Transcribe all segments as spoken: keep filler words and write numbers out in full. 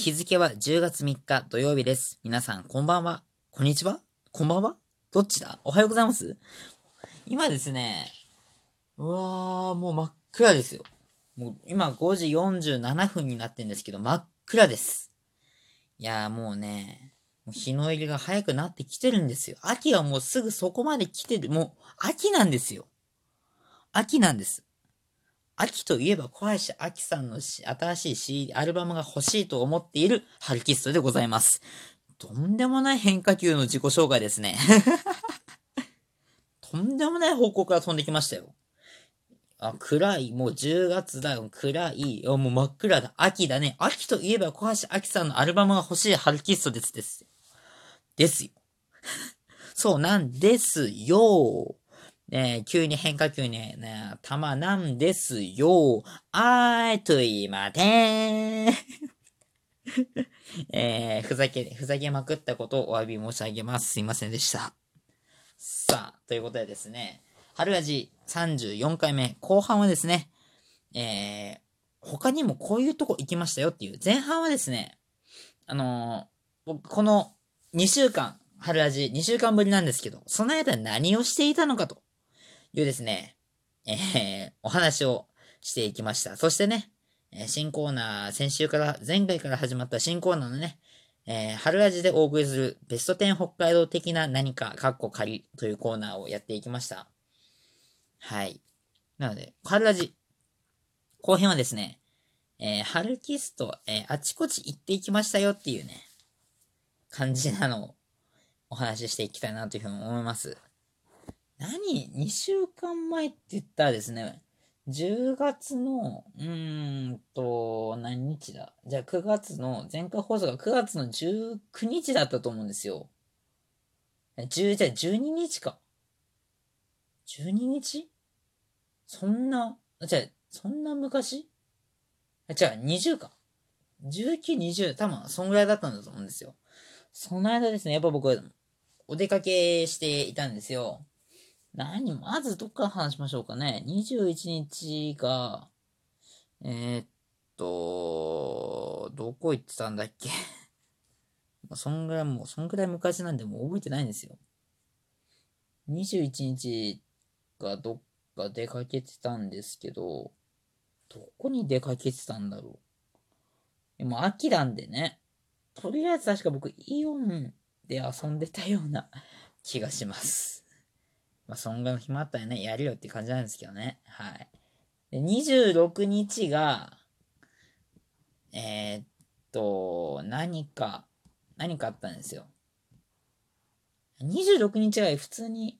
日付はじゅうがつみっか土曜日です。皆さん、こんばんは。こんにちはこんばんはどっちだおはようございます。今ですね、うわー、もう真っ暗ですよ。もう今ごじよんじゅうななふんになってんですけど、真っ暗です。いやーもうね、もう日の入りが早くなってきてるんですよ。秋はもうすぐそこまで来てる。もう秋なんですよ。秋なんです。秋といえば小林秋さんの新しい シーディー アルバムが欲しいと思っているハルキストでございます。とんでもない変化球の自己紹介ですね。とんでもない方向から飛んできましたよ。あ、暗い。もうじゅうがつだよ。暗い。もう真っ暗だ。秋だね。秋といえば小橋秋さんのアルバムが欲しいハルキストですです。ですよ。そうなんですよ。ね急に変化球ね、ね、球なんですよ。あーいと言いまてー。えー、ふざけ、ふざけまくったことをお詫び申し上げます。すいませんでした。さあ、ということでですね、春味さんじゅうよんかいめ、後半はですね、えー、他にもこういうとこ行きましたよっていう、前半はですね、あのー、僕、このにしゅうかん、春味にしゅうかんぶりなんですけど、その間何をしていたのかというですね、えー、お話をしていきました。そしてね、新コーナー、先週から、前回から始まった新コーナーのね、えー、春味でお送りするベストじゅう北海道的な何か、カッコ仮というコーナーをやっていきました。はい。なので、春味、後編はですね、えー、春キスト、えー、あちこち行っていきましたよっていうね、感じなのをお話ししていきたいなというふうに思います。何 ?に 週間前って言ったらですね、じゅうがつの、うーんと、何日だじゃあくがつの、前回放送がくがつのじゅうくにちだったと思うんですよ。じゅう、じゃあじゅうににちか。じゅうににちそんな、じゃあ、そんな昔あ、違う、にじゅうか。じゅうきゅう、にじゅう、多分、そんぐらいだったんだと思うんですよ。その間ですね、やっぱ僕、お出かけしていたんですよ。何、まずどっから話しましょうかね。にじゅういちにちが、えー、っと、どこ行ってたんだっけ。そんぐらいもう、そんぐらい昔なんでもう覚えてないんですよ。にじゅういちにちがどっか出かけてたんですけど、どこに出かけてたんだろう。でも秋なんでね、とりあえず確か僕イオンで遊んでたような気がします。まあ、そんぐらいの暇あったらね、やるよって感じなんですけどね。はい。で、にじゅうろくにちが、えー、っと、何か、何かあったんですよ。にじゅうろくにちは普通に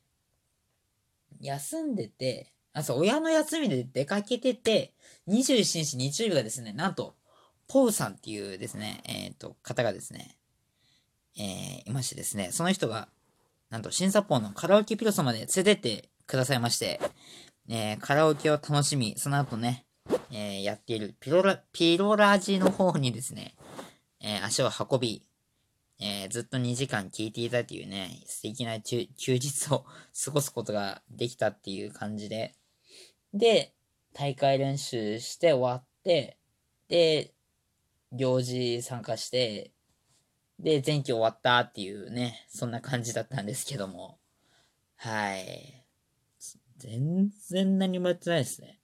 休んでて、あ、そう、親の休みで出かけてて、にじゅうしちにち日曜日がですね、なんと、ポウさんっていうですね、えー、っと、方がですね、えー、いましてですね、その人が、なんと、新札幌のカラオケピロソまで連れてってくださいまして、えー、カラオケを楽しみ、その後ね、えー、やっているピロラ、ピロラジの方にですね、えー、足を運び、えー、ずっとにじかん聴いていたというね、素敵な休日を過ごすことができたっていう感じで、で、大会練習して終わって、で、行事参加して、で、前期終わったっていうね、そんな感じだったんですけども、はい。全然何もやってないですね。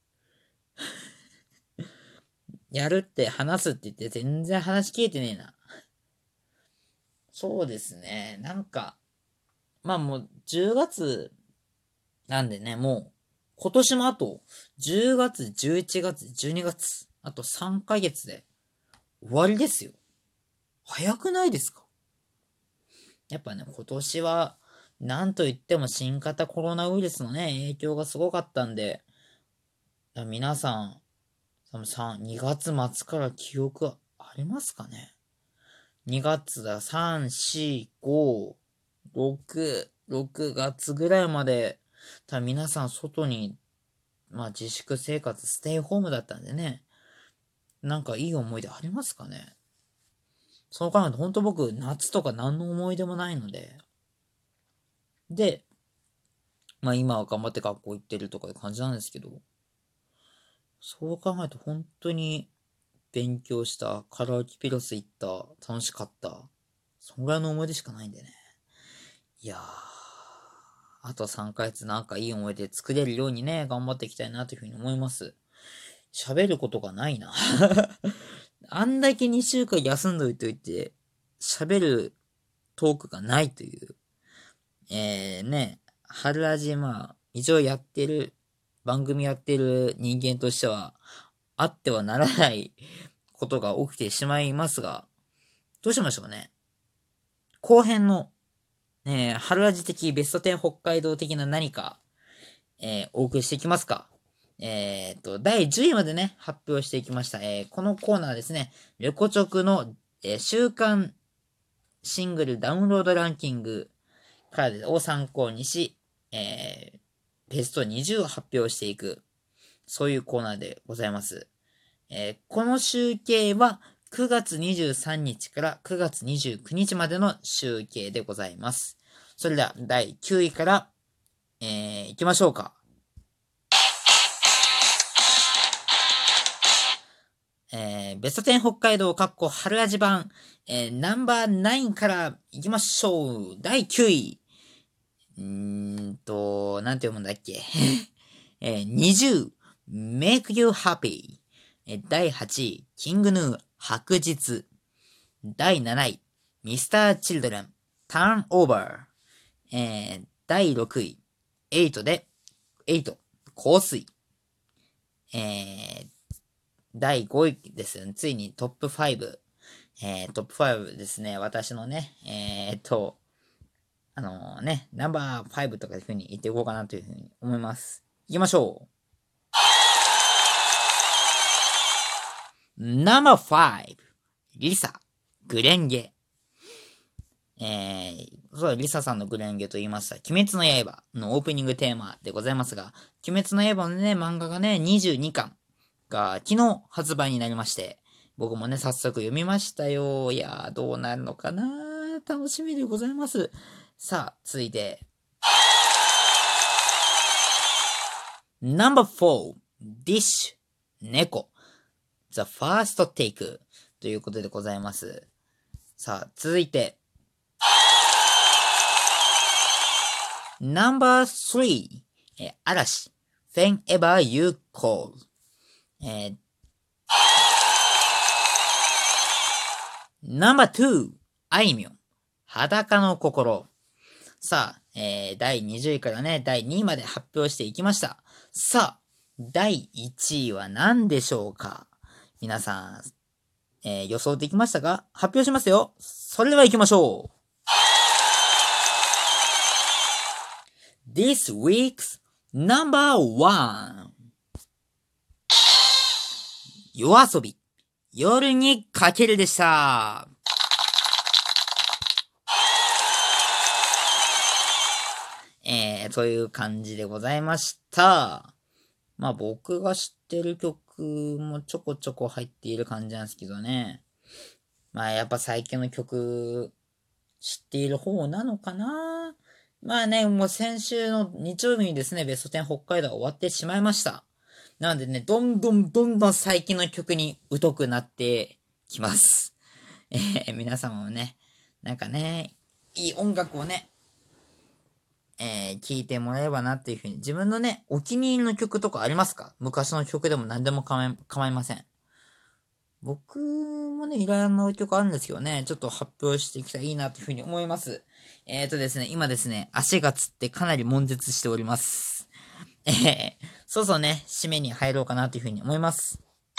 やるって話すって言って全然話聞いてねえな。そうですね。なんか、まあもうじゅうがつなんでね、もう今年もあとじゅうがつ、じゅういちがつ、じゅうにがつ、あとさんかげつで終わりですよ。早くないですか？やっぱね、今年はなんといっても新型コロナウイルスのね、影響がすごかったんで、皆さん、多分さん、にがつ末から記憶ありますかね？ に 月だ、さん、よん、ご、ろく、ろくがつぐらいまで、多分皆さん外に、まあ自粛生活、ステイホームだったんでね、なんかいい思い出ありますかね？そう考えると本当僕、夏とか何の思い出もないので、で、まあ今は頑張って学校行ってるとかいう感じなんですけど、そう考えると本当に勉強した。カラオケピロス行った。楽しかった。そんぐらいの思い出しかないんでね。いやー。あとさんかげつなんかいい思い出作れるようにね、頑張っていきたいなというふうに思います。喋ることがないな。あんだけにしゅうかん休んどいておいて、喋るトークがないという。えー、ね、春ラジ、まあ、一応やってる、番組やってる人間としては、あってはならないことが起きてしまいますが、どうしましょうね。後編の、えー、春ラジ的ベストテン北海道的な何か、えー、お送りしていきますか。えー、っと、だいじゅういまでね、発表していきました。えー、このコーナーですね、レコチョクの、えー、週間シングルダウンロードランキングからを参考にし、えー、ベストにじゅうを発表していく、そういうコーナーでございます。えー、この集計はくがつにじゅうさんにちからくがつにじゅうくにちまでの集計でございます。それではだいきゅういから、えー、行きましょうか。えー、ベストテン北海道かっこ春味版、えー、ナンバーナインから行きましょう。だいきゅうい。うーんと、なんて読むんだっけ。えー、にじゅう、Make You Happy。えー、だいはちい、キングヌー、白日。だいなない、ミスター Children、Turn Over。えー、だいろくい、エイトで、エイト、香水。えー、だいごいですね。ついにトップファイブ。えー、トップファイブですね。私のね、えー、っと、あのー、ね、ナンバーファイブとかいう風に言っていこうかなという風に思います。行きましょう。ナンバーファイブ。リサ、グレンゲ。えー、そう、リサさんのグレンゲと言いました。鬼滅の刃のオープニングテーマでございますが、鬼滅の刃のね、漫画がね、にじゅうにかんが昨日発売になりまして、僕もね、早速読みましたよ。いやー、どうなるのかな楽しみでございます。さあ、続いて。ナンバーフォー、ディッシュ、猫、The First Take ということでございます。さあ、続いて。ナンバースリー、えー、嵐、Whenever You Call。えー、ナンバーツー、あいみょん、裸の心。さあ、えー、だいにじゅういからね、だいにいまで発表していきました。さあ、だいいちいは何でしょうか？皆さん、えー、予想できましたか？発表しますよ。それでは行きましょう。This week's number one 夜遊び夜にかけるでした。えー、という感じでございました。まあ僕が知ってる曲もちょこちょこ入っている感じなんですけどね。まあやっぱ最近の曲知っている方なのかな。まあね、もう先週の日曜日にですね、ベストテン北海道は終わってしまいました。なのでね、どんどんどんどん最近の曲に疎くなってきます。えー、皆様もね、なんかね、いい音楽をね、えー、聴いてもらえればなっていうふうに、自分のね、お気に入りの曲とかありますか？昔の曲でも何でも構い、構いません。僕もね、いろんな曲あるんですけどね、ちょっと発表していきたらいいなというふうに思います。えーとですね、今ですね、足がつってかなり悶絶しております。えー、そうそうね、締めに入ろうかなというふうに思います。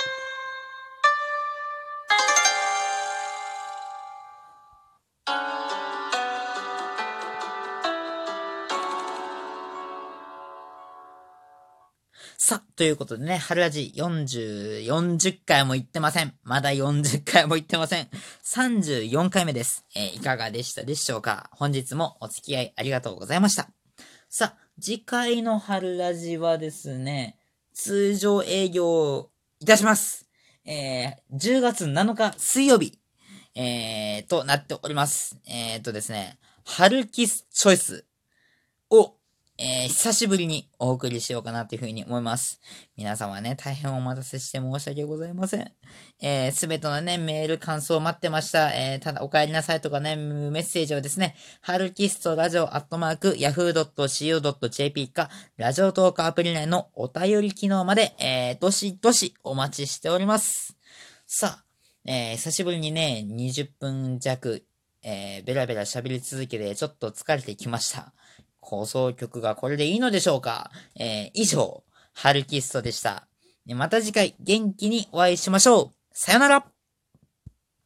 さあ、ということでね、春ラジよんじゅう、よんじゅっかいも行ってません。まだよんじゅっかいも行ってません。さんじゅうよんかいめです。えー、いかがでしたでしょうか？本日もお付き合いありがとうございました。さあ、次回の春ラジはですね、通常営業いたします。えー、じゅうがつなのか水曜日、えー、となっております。えーとですね、春キスチョイスをえー、久しぶりにお送りしようかなというふうに思います。皆様ね、大変お待たせして申し訳ございません。えー、すべてのね、メール、感想を待ってました。えー、ただ、お帰りなさいとかね、メッセージをですね、ハルキストラジオアットマーク、ヤフー ドット シーオー ドット ジェーピー か、ラジオトークアプリ内のお便り機能まで、えー、どしどしお待ちしております。さあ、えー、久しぶりにね、にじゅっぷん弱、えー、ベラベラ喋り続けてちょっと疲れてきました。放送局がこれでいいのでしょうか。えー、以上、ハルキストでした。また次回元気にお会いしましょう。さよなら。